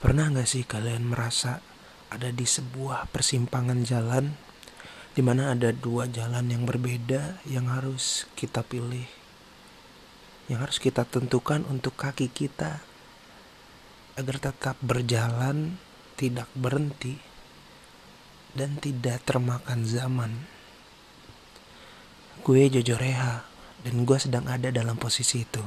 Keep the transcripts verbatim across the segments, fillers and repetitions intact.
Pernah gak sih kalian merasa ada di sebuah persimpangan jalan, di mana ada dua jalan yang berbeda yang harus kita pilih, yang harus kita tentukan untuk kaki kita agar tetap berjalan, tidak berhenti, dan tidak termakan zaman. Gue Jojo Reha, dan gue sedang ada dalam posisi itu.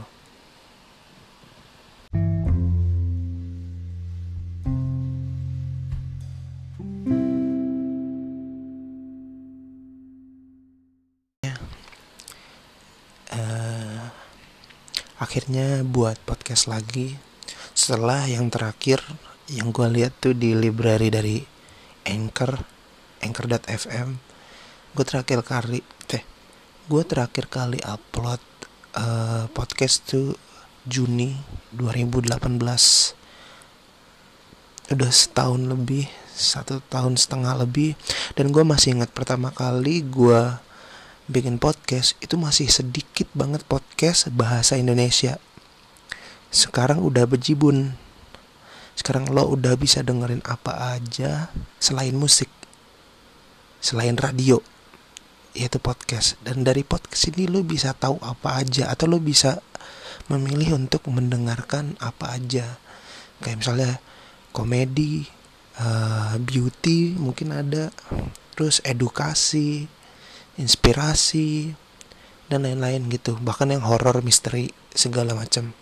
Uh, akhirnya buat podcast lagi setelah yang terakhir yang gue lihat tuh di library dari Anchor, Anchor.fm. Gue terakhir kali, teh, gue terakhir kali upload uh, podcast tuh Juni dua ribu delapan belas. Udah setahun lebih, satu tahun setengah lebih, dan gue masih ingat pertama kali gue bikin podcast itu masih sedikit banget podcast bahasa Indonesia. Sekarang udah bejibun. Sekarang lo udah bisa dengerin apa aja selain musik, selain radio, yaitu podcast. Dan dari podcast ini lo bisa tahu apa aja, atau lo bisa memilih untuk mendengarkan apa aja. Kayak misalnya komedi, uh, beauty mungkin ada, terus edukasi, inspirasi, dan lain-lain gitu. Bahkan yang horor, misteri, segala macam.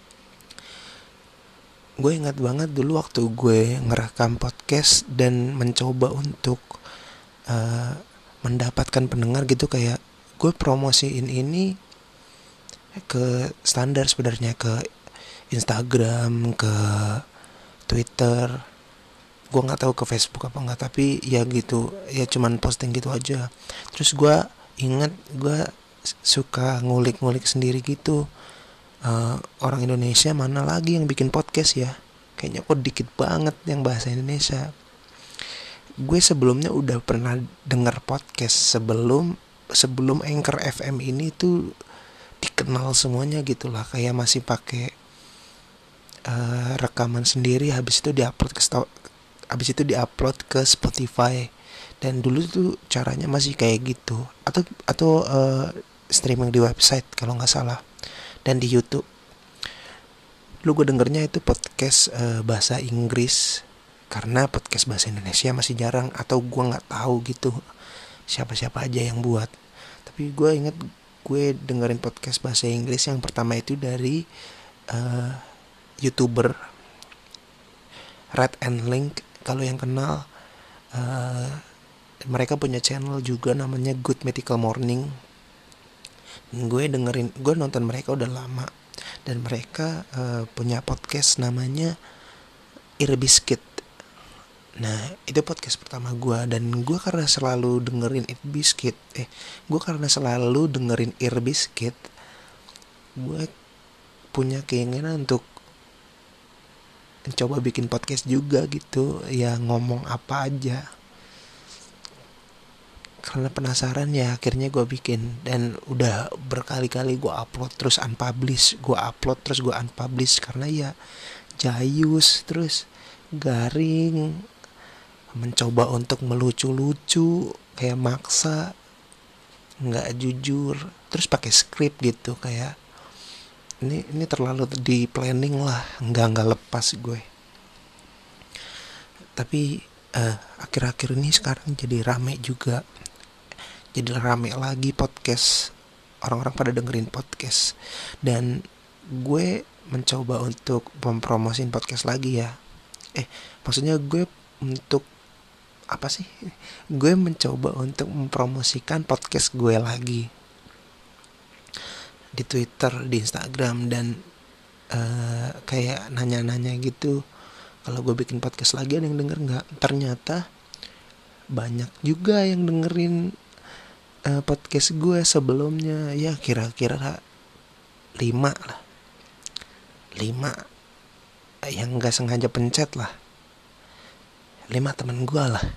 Gue ingat banget dulu waktu gue ngerekam podcast dan mencoba untuk uh, mendapatkan pendengar gitu, kayak gue promosiin ini ke standar sebenarnya, ke Instagram, ke Twitter. Gue nggak tahu ke Facebook apa nggak, tapi ya gitu, ya cuman posting gitu aja. Terus gue ingat gue suka ngulik-ngulik sendiri gitu, uh, orang Indonesia mana lagi yang bikin podcast ya, kayaknya kok dikit banget yang bahasa Indonesia. Gue sebelumnya udah pernah denger podcast sebelum sebelum Anchor F M ini tuh dikenal semuanya gitulah, kayak masih pakai uh, rekaman sendiri, habis itu diupload ke sto- habis itu diupload ke Spotify. Dan dulu tuh caranya masih kayak gitu, atau atau uh, streaming di website kalau nggak salah, dan di YouTube. Dulu gue dengernya itu podcast uh, bahasa Inggris, karena podcast bahasa Indonesia masih jarang, atau gue nggak tahu gitu siapa-siapa aja yang buat. Tapi gue inget gue dengerin podcast bahasa Inggris yang pertama itu dari uh, YouTuber Red and Link, kalau yang kenal. Uh, mereka punya channel juga namanya Good Mythical Morning. Gue dengerin, gue nonton mereka udah lama, dan mereka uh, punya podcast namanya Ear Biscuit. Nah itu podcast pertama gue, dan gue karena selalu dengerin Ear Biscuit, eh gue karena selalu dengerin Ear Biscuit, gue punya keinginan untuk coba bikin podcast juga gitu, ya ngomong apa aja. Karena penasaran ya akhirnya gue bikin, dan udah berkali-kali gue upload terus unpublish, gue upload terus gue unpublish, karena ya jayus, terus garing, mencoba untuk melucu-lucu, kayak maksa, nggak jujur, terus pakai skrip gitu, kayak ini ini terlalu di planning lah, nggak nggak lepas gue. Tapi uh, akhir-akhir ini sekarang jadi rame juga. Jadi rame lagi podcast, orang-orang pada dengerin podcast, dan gue mencoba untuk mempromosin podcast lagi ya. Eh, maksudnya gue untuk apa sih? Gue mencoba untuk mempromosikan podcast gue lagi di Twitter, di Instagram, dan uh, kayak nanya-nanya gitu. Kalau gue bikin podcast lagi ada yang denger nggak? Ternyata banyak juga yang dengerin Uh, podcast gue sebelumnya, ya kira-kira lima lah, lima yang nggak sengaja pencet lah, lima teman gue lah.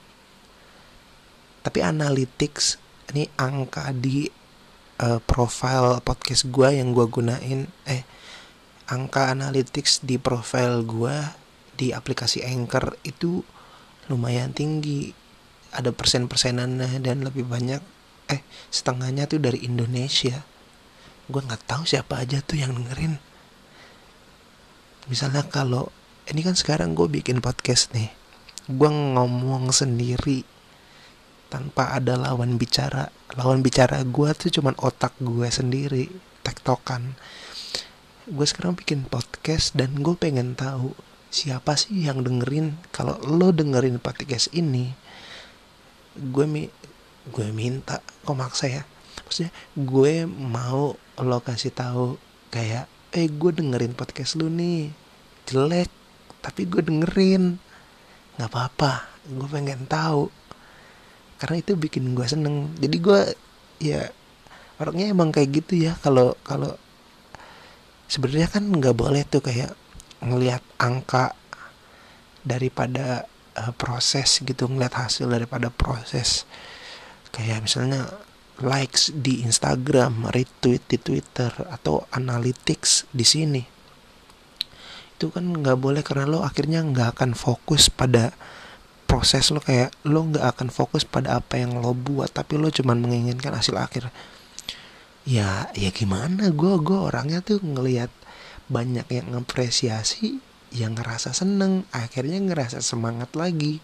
Tapi analytics, ini angka di uh, profile podcast gue yang gue gunain, eh angka analytics di profile gue di aplikasi Anchor itu lumayan tinggi, ada persen-persenannya, dan lebih banyak eh setengahnya tuh dari Indonesia. Gue nggak tahu siapa aja tuh yang dengerin. Misalnya kalau ini kan sekarang gue bikin podcast nih, gue ngomong sendiri tanpa ada lawan bicara. Lawan bicara gue tuh cuman otak gue sendiri, tektokan. Gue sekarang bikin podcast dan gue pengen tahu siapa sih yang dengerin. Kalau lo dengerin podcast ini, gue mi gue minta, kok maksa ya, maksudnya gue mau lo kasih tahu kayak, eh gue dengerin podcast lu nih, jelek tapi gue dengerin, nggak apa-apa, gue pengen tahu, karena itu bikin gue seneng. Jadi gue ya orangnya emang kayak gitu ya. Kalau kalau sebenarnya kan nggak boleh tuh kayak ngelihat angka daripada uh, proses gitu, ngelihat hasil daripada proses. Kayak misalnya likes di Instagram, retweet di Twitter, atau analytics di sini. Itu kan nggak boleh, karena lo akhirnya nggak akan fokus pada proses lo, kayak lo nggak akan fokus pada apa yang lo buat, tapi lo cuman menginginkan hasil akhir. Ya, ya gimana? Gue gue orangnya tuh ngelihat banyak yang ngapresiasi, yang ngerasa seneng, akhirnya ngerasa semangat lagi.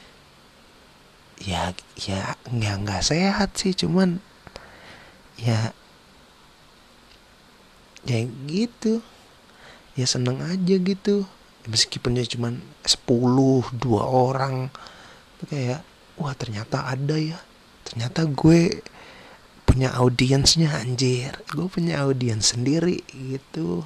Ya ya nggak nggak sehat sih, cuman ya ya gitu, ya seneng aja gitu. Meskipun ya cuman sepuluh dua orang, tuh kayak wah ternyata ada ya, ternyata gue punya audiensnya, anjir, gue punya audiens sendiri gitu.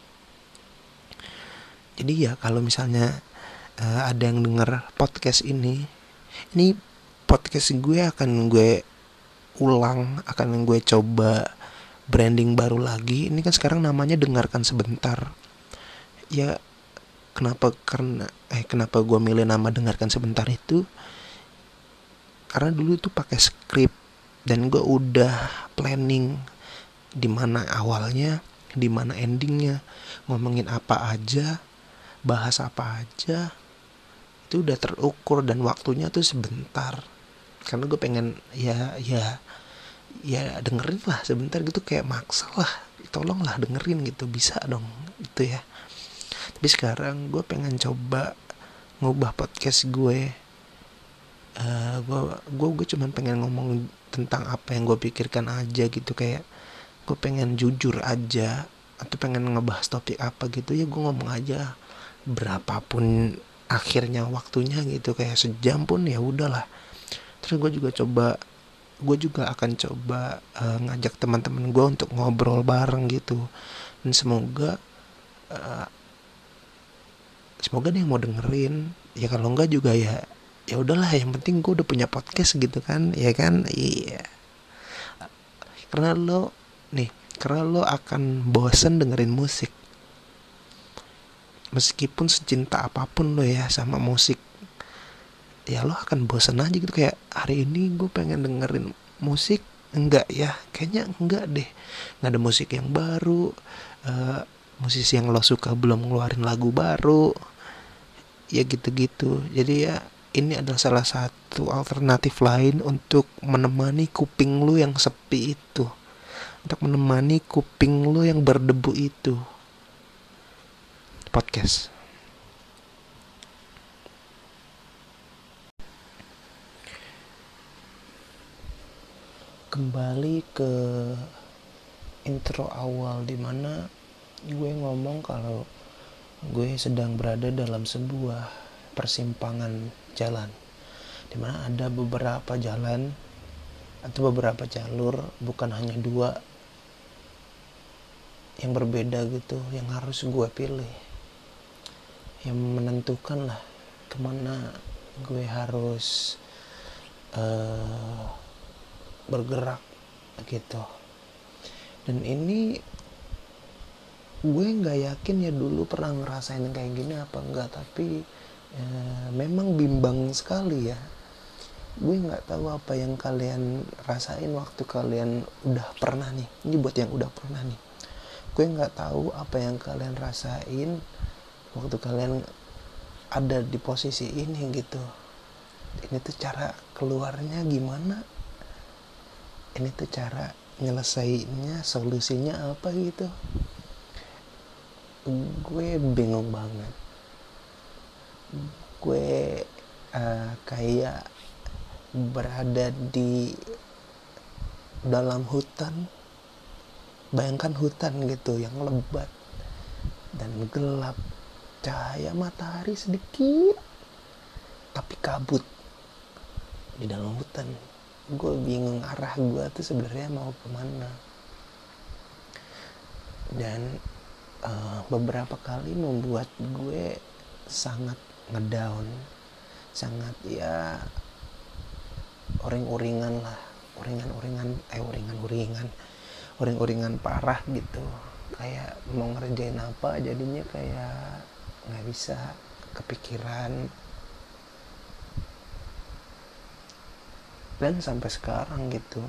Jadi ya kalau misalnya uh, ada yang denger podcast ini, ini podcast gue akan gue ulang, akan gue coba branding baru lagi. Ini kan sekarang namanya Dengarkan Sebentar. Ya kenapa karena eh kenapa gue milih nama Dengarkan Sebentar itu? Karena dulu tuh pakai skrip dan gue udah planning di mana awalnya, di mana endingnya, ngomongin apa aja, bahas apa aja. Itu udah terukur dan waktunya tuh sebentar. Karena gue pengen ya ya ya dengerin lah sebentar gitu, kayak maksa lah, tolonglah dengerin gitu, bisa dong gitu ya. Tapi sekarang gue pengen coba ngubah podcast gue. Uh, gue gue gue cuman pengen ngomong tentang apa yang gue pikirkan aja gitu, kayak gue pengen jujur aja, atau pengen ngebahas topik apa gitu ya, gue ngomong aja berapapun akhirnya waktunya gitu, kayak sejam pun ya udahlah. Terus gue juga coba gue juga akan coba uh, ngajak teman-teman gue untuk ngobrol bareng gitu, dan semoga uh, semoga dia mau dengerin. Ya kalau enggak juga ya ya udahlah, yang penting gue udah punya podcast gitu kan, ya kan. Iya, karena lo nih karena lo akan bosen dengerin musik, meskipun secinta apapun lo ya sama musik, ya lo akan bosan aja gitu. Kayak hari ini gue pengen dengerin musik, enggak ya, kayaknya enggak deh, nggak ada musik yang baru, uh, musisi yang lo suka belum ngeluarin lagu baru, ya gitu-gitu. Jadi ya ini adalah salah satu alternatif lain untuk menemani kuping lo yang sepi itu, untuk menemani kuping lo yang berdebu itu, podcast. Kembali ke intro awal, dimana gue ngomong kalau gue sedang berada dalam sebuah persimpangan jalan, dimana ada beberapa jalan atau beberapa jalur, bukan hanya dua, yang berbeda gitu, yang harus gue pilih, yang menentukan lah kemana gue harus uh, bergerak gitu. Dan ini gue nggak yakin ya dulu pernah ngerasain kayak gini apa enggak, tapi ya, memang bimbang sekali ya. Gue nggak tahu apa yang kalian rasain waktu kalian udah pernah nih, ini buat yang udah pernah nih. Gue nggak tahu apa yang kalian rasain waktu kalian ada di posisi ini gitu. Ini tuh cara keluarnya gimana, ini tuh cara nyelesainnya, solusinya apa gitu. Gue bingung banget. Gue uh, kayak berada di dalam hutan. Bayangkan hutan gitu yang lebat dan gelap, cahaya matahari sedikit tapi kabut di dalam hutan. Gue bingung arah gue tuh sebenarnya mau kemana. Dan uh, beberapa kali membuat gue sangat ngedown, sangat ya uring-uringan lah, uringan-uringan, eh uringan-uringan, uring-uringan parah gitu. Kayak mau ngerjain apa jadinya kayak nggak bisa, kepikiran. Dan sampai sekarang gitu,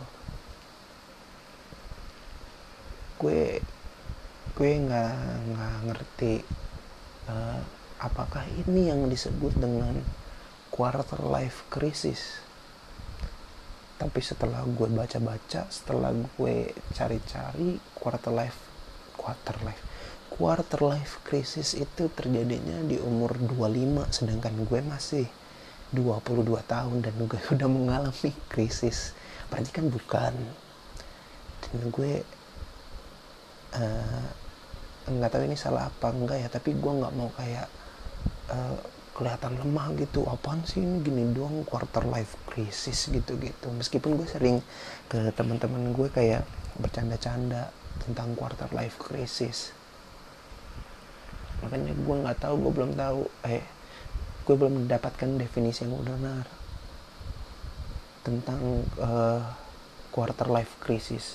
gue gue nggak nggak ngerti uh, apakah ini yang disebut dengan quarter life crisis. Tapi setelah gue baca-baca, setelah gue cari-cari, quarter life quarter life quarter life crisis itu terjadinya di umur dua puluh lima, sedangkan gue masih dua puluh dua tahun dan gue udah mengalami krisis. Berarti kan bukan. Dan gue uh, nggak tahu ini salah apa enggak ya, tapi gue nggak mau kayak uh, kelihatan lemah gitu. Apaan sih ini gini doang quarter life crisis gitu-gitu. Meskipun gue sering ke teman-teman gue kayak bercanda-canda tentang quarter life crisis. Makanya gue nggak tahu, gue belum tahu, eh gue belum mendapatkan definisi yang benar tentang uh, quarter life crisis.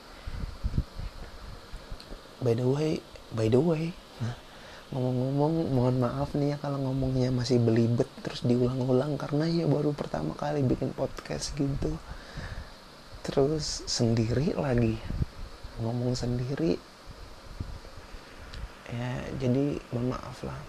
By the way, by the way, nah, ngomong-ngomong, mohon maaf nih ya kalau ngomongnya masih belibet terus diulang-ulang, karena ya baru pertama kali bikin podcast gitu. Terus sendiri lagi, ngomong sendiri. Ya, jadi mohon maaf lah.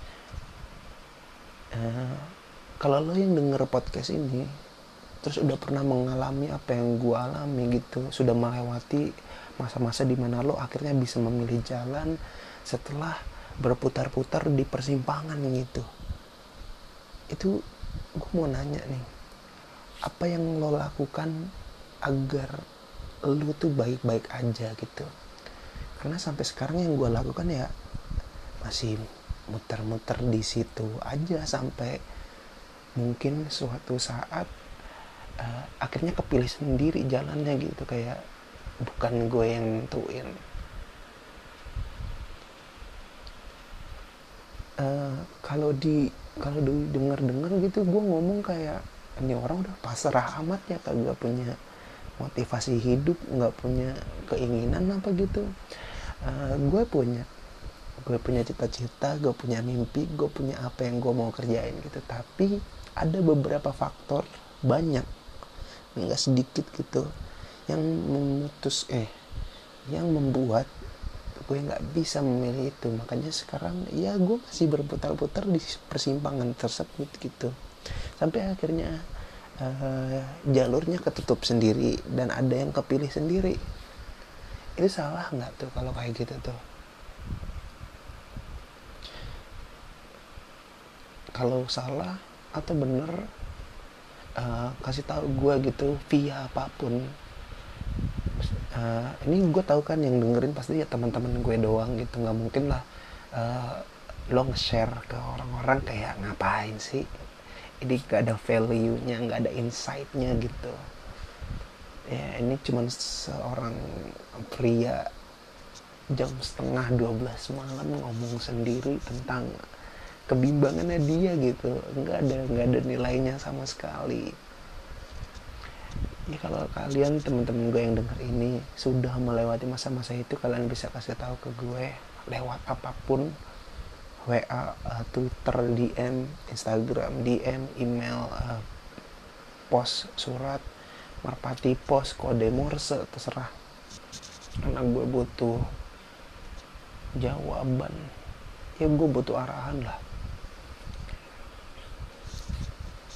Uh, kalau lo yang denger podcast ini terus udah pernah mengalami apa yang gue alami gitu, sudah melewati masa-masa dimana lo akhirnya bisa memilih jalan setelah berputar-putar di persimpangan gitu, itu gue mau nanya nih, apa yang lo lakukan agar lo tuh baik-baik aja gitu? Karena sampai sekarang yang gue lakukan ya masih muter-muter di situ aja, sampai mungkin suatu saat uh, akhirnya kepilih sendiri jalannya gitu, kayak bukan gue yang nentuin. Uh, kalau di kalau denger-denger gitu gue ngomong kayak ini orang udah pasrah amat ya, kagak punya motivasi hidup, nggak punya keinginan apa gitu. Uh, gue punya gue punya cita-cita, gue punya mimpi, gue punya apa yang gue mau kerjain gitu. Tapi ada beberapa faktor, banyak, nggak sedikit gitu, yang memutus eh yang membuat gue nggak bisa memilih itu. Makanya sekarang ya gue masih berputar-putar di persimpangan tersebut gitu, sampai akhirnya uh, jalurnya ketutup sendiri dan ada yang kepilih sendiri. Itu salah nggak tuh kalau kayak gitu tuh? Kalau salah atau bener, uh, kasih tahu gue gitu via apapun. Uh, ini gue tahu kan yang dengerin pasti ya teman-teman gue doang gitu, nggak mungkin lah uh, lo nge-share ke orang-orang kayak ngapain sih, ini gak ada value-nya, gak ada insight-nya gitu ya. Ini cuman seorang pria jam setengah dua belas malam ngomong sendiri tentang kebimbangannya dia gitu, nggak ada nggak ada nilainya sama sekali. Ya kalau kalian teman-teman gue yang denger ini sudah melewati masa-masa itu, kalian bisa kasih tahu ke gue lewat apapun, W A, uh, Twitter, D M, Instagram, D M, email, uh, post, surat, merpati pos, kode morse, terserah. Karena gue butuh jawaban, ya gue butuh arahan lah.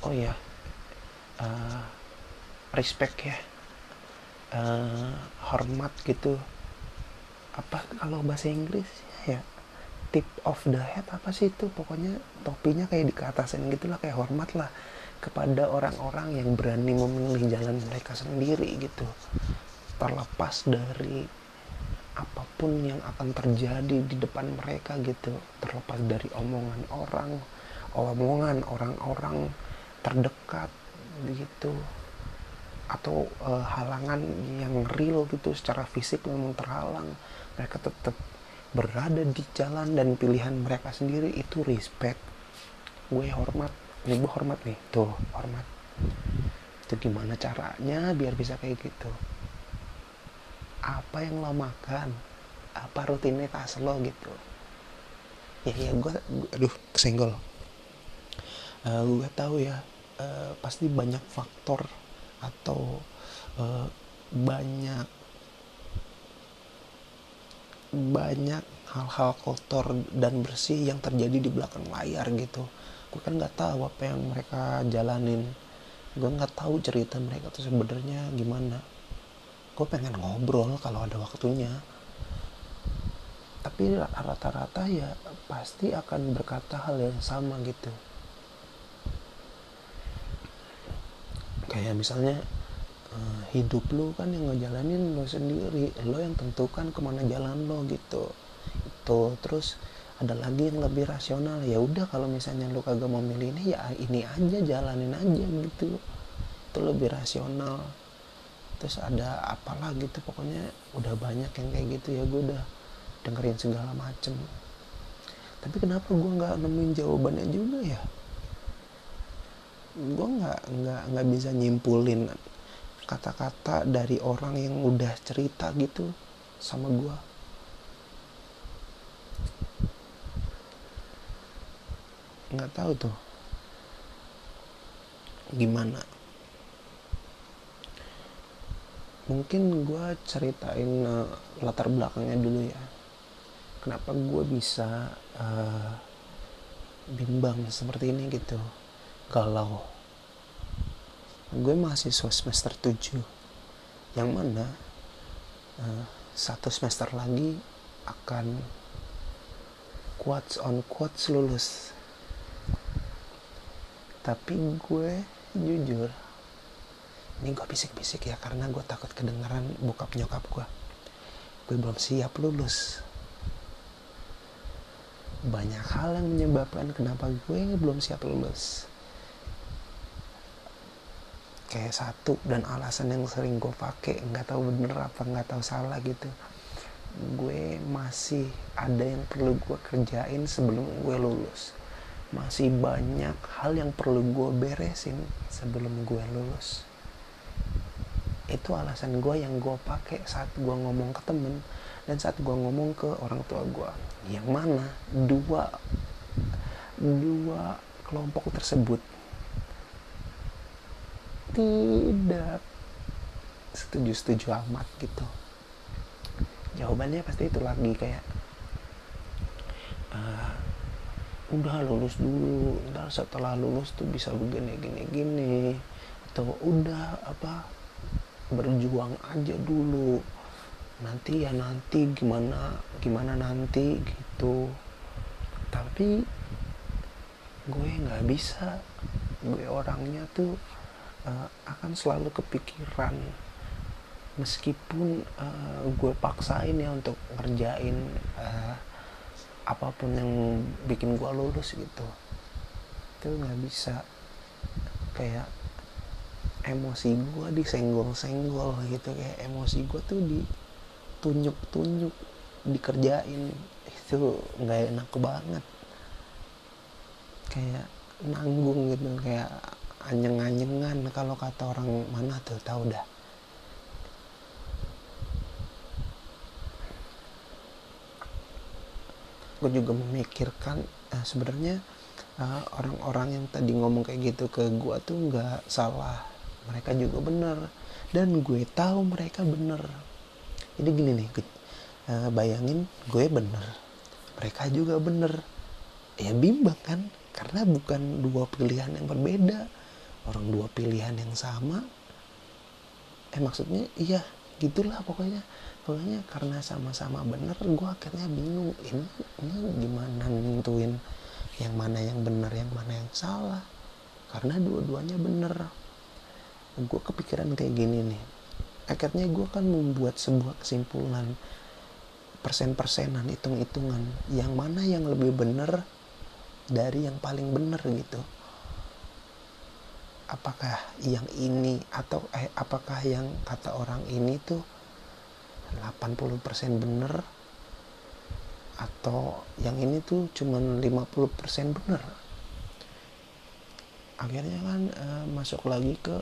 oh ya, uh, respect ya, uh, hormat gitu. Apa kalau bahasa Inggris ya, tip of the head apa sih itu, pokoknya topinya kayak dikatasin gitulah, kayak hormat lah kepada orang-orang yang berani memilih jalan mereka sendiri gitu, terlepas dari apapun yang akan terjadi di depan mereka gitu, terlepas dari omongan orang omongan orang-orang terdekat gitu, atau uh, halangan yang real gitu secara fisik memang terhalang, mereka tetap berada di jalan dan pilihan mereka sendiri. Itu respect, gue hormat nih, gue hormat nih, tuh hormat. Itu gimana caranya biar bisa kayak gitu? Apa yang lo makan, apa rutinitas lo gitu ya. Ya gue, aduh kesenggol. uh, gue tahu ya, uh, pasti banyak faktor atau uh, banyak banyak hal-hal kotor dan bersih yang terjadi di belakang layar gitu. Gue kan nggak tahu apa yang mereka jalanin, gue nggak tahu cerita mereka tuh sebenarnya gimana. Gue pengen ngobrol kalau ada waktunya, tapi rata-rata ya pasti akan berkata hal yang sama gitu. Kayak misalnya uh, hidup lu kan yang ngejalanin lo sendiri, lo yang tentukan kemana jalan lo gitu. Itu terus ada lagi yang lebih rasional, ya udah kalau misalnya lo kagak mau milih ini ya ini aja, jalanin aja gitu. Itu lebih rasional. Terus ada apalah gitu, pokoknya udah banyak yang kayak gitu ya, gue udah dengerin segala macem. Tapi kenapa gue nggak nemuin jawabannya juga ya? Gue nggak nggak nggak bisa nyimpulin kata-kata dari orang yang udah cerita gitu sama gue. Nggak tahu tuh gimana. Mungkin gue ceritain uh, latar belakangnya dulu ya. Kenapa gue bisa uh, bimbang seperti ini gitu, galau. Gue mahasiswa semester tujuh, yang mana uh, satu semester lagi akan quotes on quotes lulus. Tapi gue jujur, ini gue bisik-bisik ya karena gue takut kedengeran bokap nyokap gue. Gue belum siap lulus. Banyak hal yang menyebabkan kenapa gue belum siap lulus. Kayak satu, dan alasan yang sering gue pakai, nggak tahu bener apa nggak tahu salah gitu, gue masih ada yang perlu gue kerjain sebelum gue lulus. Masih banyak hal yang perlu gue beresin sebelum gue lulus. Itu alasan gue yang gue pakai saat gue ngomong ke temen dan saat gue ngomong ke orang tua gue, yang mana dua dua kelompok tersebut tidak setuju-setuju amat gitu. Jawabannya pasti itu lagi kayak uh, udah lulus dulu, ntar setelah lulus tuh bisa begini gini gini, atau udah apa berjuang aja dulu, nanti ya nanti gimana gimana nanti gitu. Tapi gue nggak bisa, gue orangnya tuh uh, akan selalu kepikiran meskipun uh, gue paksain ya untuk ngerjain uh, apapun yang bikin gue lulus gitu. Itu nggak bisa, kayak emosi gue disenggol-senggol gitu, kayak emosi gue tuh ditunjuk-tunjuk dikerjain. Itu nggak enak banget, kayak nanggung gitu, kayak anyeng-anyengan kalau kata orang mana tuh, tahu dah. Gue juga memikirkan eh, sebenarnya eh, orang-orang yang tadi ngomong kayak gitu ke gue tuh nggak salah, mereka juga bener, dan gue tahu mereka bener. Jadi gini nih, uh, bayangin gue bener, mereka juga bener, ya bimbang kan, karena bukan dua pilihan yang berbeda, orang dua pilihan yang sama. Eh maksudnya iya gitulah pokoknya. Pokoknya karena sama-sama bener, gue akhirnya bingung ini, ini gimana nentuin yang mana yang benar, yang mana yang salah. Karena dua-duanya bener. Gue kepikiran kayak gini nih. Akhirnya gue kan membuat sebuah kesimpulan persen-persenan, hitung-hitungan yang mana yang lebih bener dari yang paling bener gitu. Apakah yang ini atau eh apakah yang kata orang ini tuh delapan puluh persen bener atau yang ini tuh cuman lima puluh persen bener. Akhirnya kan eh, masuk lagi ke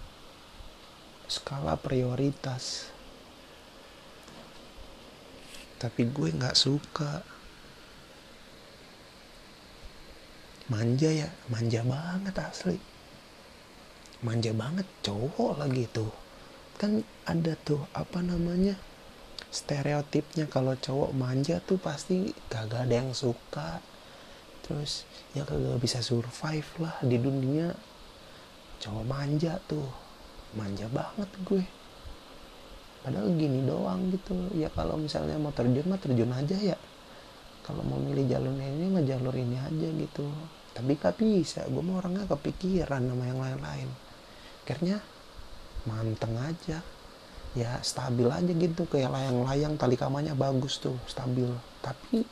skala prioritas. Tapi gue gak suka. Manja ya, manja banget asli. Manja banget cowok lagi tuh. Kan ada tuh apa namanya, stereotipnya kalau cowok manja tuh pasti kagak ada yang suka. Terus ya kagak bisa survive lah di dunia. Cowok manja tuh, manja banget gue. Padahal gini doang gitu. Ya kalau misalnya mau terjun mah terjun aja ya. Kalau mau milih jalur ini mah jalur ini aja gitu. Tapi gak bisa, gue mah orangnya kepikiran sama yang lain-lain. Akhirnya manteng aja. Ya stabil aja gitu, kayak layang-layang, tali kamanya bagus tuh, stabil. Tapi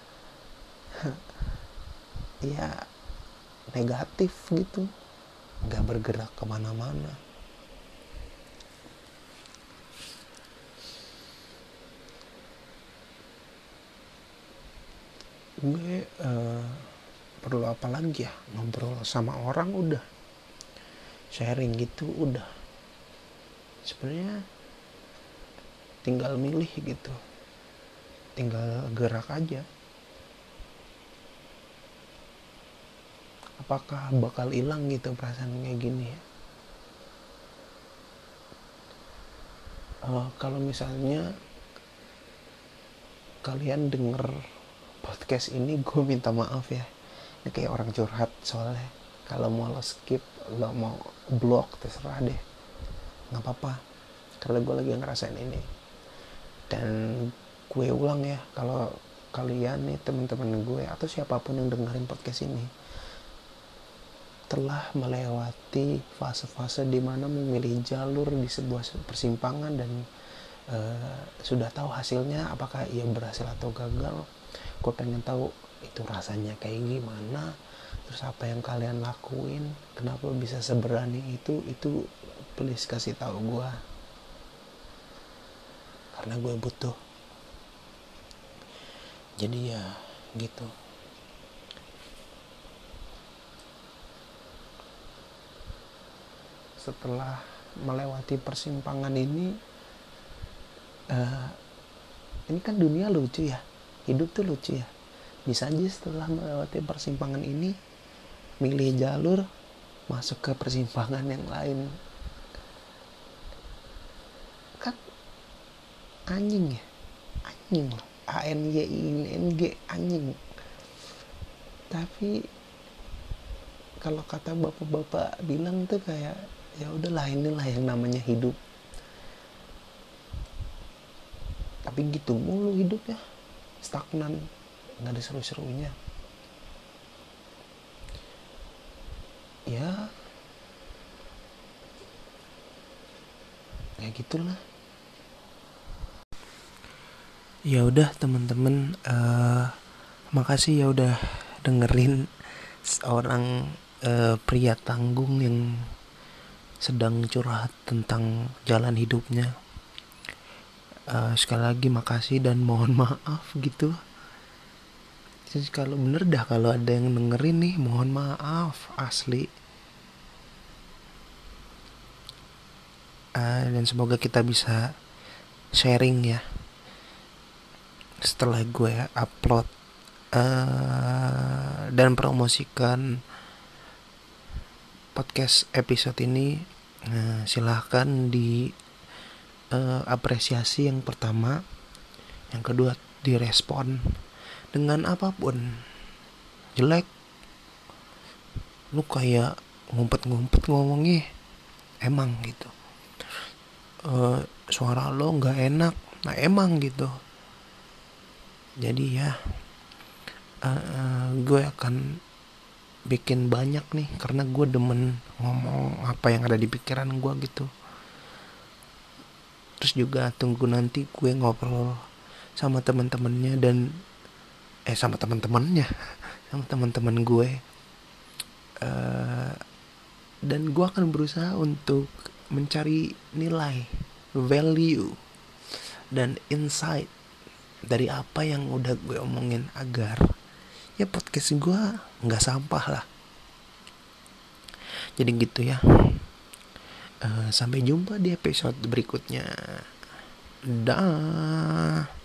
ya negatif gitu, gak bergerak kemana-mana. Gue uh, perlu apa lagi ya, ngobrol sama orang udah, sharing gitu udah. Sebenarnya tinggal milih gitu, tinggal gerak aja. Apakah bakal hilang gitu perasaan kayak gini ya? Uh, kalau misalnya kalian denger podcast ini, gue minta maaf ya. Ini kayak orang curhat soalnya. Kalau mau lo skip, lo mau blok, terserah deh. Gak apa-apa. Karena gue lagi ngerasain ini. Dan gue ulang ya, kalau kalian nih teman-teman gue atau siapapun yang dengerin podcast ini telah melewati fase-fase di mana memilih jalur di sebuah persimpangan dan uh, sudah tahu hasilnya, apakah ia berhasil atau gagal. Gue pengen tahu itu rasanya kayak gimana, terus apa yang kalian lakuin, kenapa bisa seberani itu. Itu please kasih tahu gue, karena gue butuh. Jadi ya gitu. Setelah melewati persimpangan ini, uh, ini kan dunia lucu ya, hidup tuh lucu ya. Bisa aja setelah melewati persimpangan ini milih jalur masuk ke persimpangan yang lain. Kan anjing ya, anjing loh, A N Y I N G, anjing. Tapi kalau kata bapak-bapak bilang tuh kayak ya udahlah, inilah yang namanya hidup. Tapi gitu mulu hidup ya, stagnan, nggak ada seru-serunya. Ya kayak gitulah. Ya udah teman-teman, uh, makasih ya udah dengerin seorang uh, pria tanggung yang sedang curhat tentang jalan hidupnya. Uh, sekali lagi makasih dan mohon maaf gitu. Jadi kalau bener dah, kalau ada yang dengerin nih, mohon maaf asli. Uh, dan semoga kita bisa sharing ya setelah gue upload uh, dan promosikan podcast episode ini. Nah, silahkan di uh, apresiasi yang pertama, yang kedua direspon dengan apapun. Jelek, lu kayak ngumpet-ngumpet ngomongnya emang gitu. Uh, suara lo nggak enak, nah emang gitu. Jadi ya uh, uh, gue akan bikin banyak nih karena gue demen ngomong apa yang ada di pikiran gue gitu. Terus juga tunggu nanti gue ngobrol sama teman-temannya dan eh sama teman-temannya sama teman-teman gue, uh, dan gue akan berusaha untuk mencari nilai, value, dan insight dari apa yang udah gue omongin agar ya podcast gue nggak sampah lah. Jadi gitu ya. Uh, sampai jumpa di episode berikutnya. Dah.